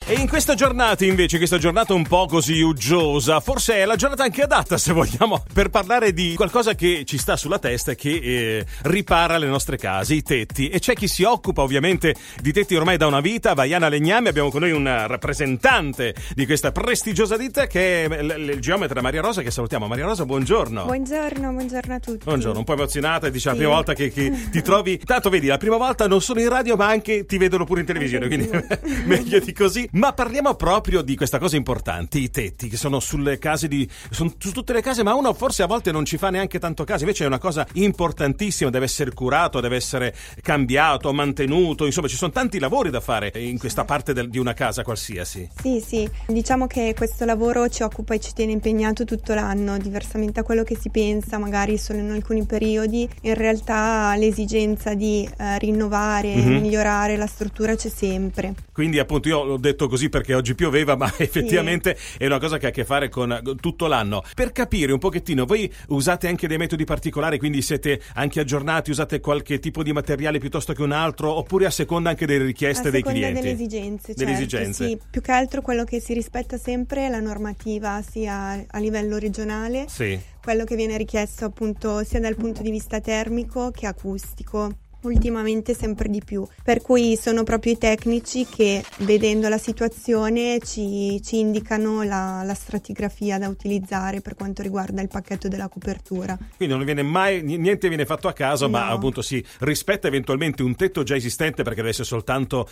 E in questa giornata invece, questa giornata un po' così uggiosa, forse è la giornata anche adatta, se vogliamo, per parlare di qualcosa che ci sta sulla testa e che ripara le nostre case, i tetti. E c'è chi si occupa ovviamente di tetti ormai da una vita, Vaiana Legnami. Abbiamo con noi una rappresentante di questa prestigiosa ditta che è il geometra Maria Rosa, che salutiamo. Maria Rosa, buongiorno. Buongiorno a tutti. Buongiorno, un po' emozionata, dice la prima volta che ti trovi. Tanto vedi, la prima volta non solo in radio ma anche ti vedono pure in televisione, quindi meglio di così. Ma parliamo proprio di questa cosa importante, i tetti, che sono sulle case sono su tutte le case, ma uno forse a volte non ci fa neanche tanto caso. Invece è una cosa importantissima, deve essere curato, deve essere cambiato, mantenuto, insomma ci sono tanti lavori da fare in questa parte di una casa qualsiasi. Sì, diciamo che questo lavoro ci occupa e ci tiene impegnato tutto l'anno, diversamente a quello che si pensa magari solo in alcuni periodi. In realtà l'esigenza di rinnovare, migliorare la struttura c'è sempre. Quindi appunto io l'ho detto così perché oggi pioveva, ma effettivamente è una cosa che ha a che fare con tutto l'anno. Per capire un pochettino, voi usate anche dei metodi particolari, quindi siete anche aggiornati, usate qualche tipo di materiale piuttosto che un altro, oppure a seconda anche delle richieste dei clienti? A seconda delle esigenze, sì. Più che altro quello che si rispetta sempre è la normativa sia a livello regionale, quello che viene richiesto appunto sia dal punto di vista termico che acustico. Ultimamente sempre di più, per cui sono proprio i tecnici che, vedendo la situazione, ci indicano la stratigrafia da utilizzare per quanto riguarda il pacchetto della copertura. Quindi non viene mai, niente viene fatto a caso, no. Ma appunto si rispetta eventualmente un tetto già esistente, perché deve essere soltanto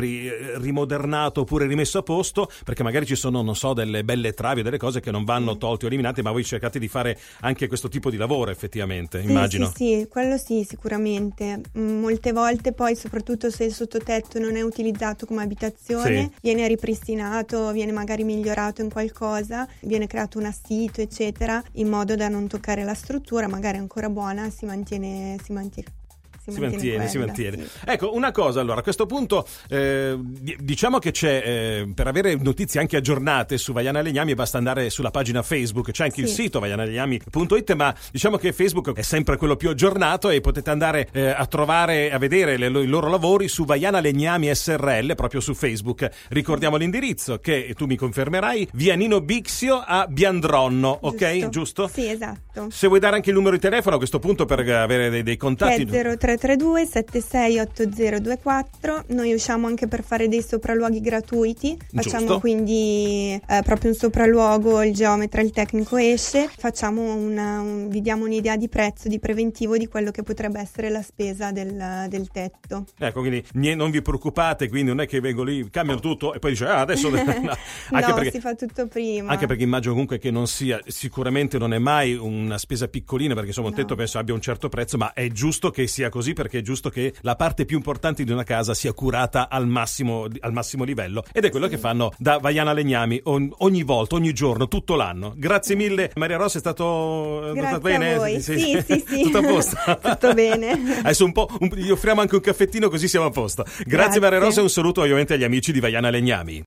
rimodernato oppure rimesso a posto, perché magari ci sono, non so, delle belle travi o delle cose che non vanno tolte o eliminate, ma voi cercate di fare anche questo tipo di lavoro effettivamente, immagino. Sì, quello sì, sicuramente. Molte volte poi, soprattutto se il sottotetto non è utilizzato come abitazione, viene ripristinato, viene magari migliorato in qualcosa, viene creato un assito eccetera, in modo da non toccare la struttura, magari ancora buona, si mantiene. Si mantiene. Sì. Ecco, una cosa allora, a questo punto diciamo che c'è, per avere notizie anche aggiornate su Vaiana Legnami basta andare sulla pagina Facebook, c'è anche il sito vaianalegnami.it, ma diciamo che Facebook è sempre quello più aggiornato e potete andare a trovare, a vedere i loro lavori su Vaiana Legnami SRL proprio su Facebook. Ricordiamo l'indirizzo che tu mi confermerai, via Nino Bixio a Biandronno, ok? Giusto? Sì, esatto. Se vuoi dare anche il numero di telefono a questo punto per avere dei contatti. 332 768024. Noi usciamo anche per fare dei sopralluoghi gratuiti. Facciamo quindi proprio un sopralluogo, il geometra, il tecnico esce, facciamo vi diamo un'idea di prezzo, di preventivo di quello che potrebbe essere la spesa del tetto. Ecco, quindi non vi preoccupate, quindi non è che vengo lì, cambiano tutto e poi dice adesso no. No, perché si fa tutto prima. Anche perché immagino comunque che non sia, sicuramente non è mai una spesa piccolina, perché insomma un tetto penso abbia un certo prezzo, ma è giusto che sia così, perché è giusto che la parte più importante di una casa sia curata al massimo livello, ed è quello che fanno da Vaiana Legnami ogni volta, ogni giorno, tutto l'anno. Grazie mille Maria Rosa, è stato bene? A voi. Sì. Tutto a posto? Tutto bene. Adesso gli offriamo anche un caffettino così siamo a posto. Grazie Maria Rosa e un saluto ovviamente agli amici di Vaiana Legnami.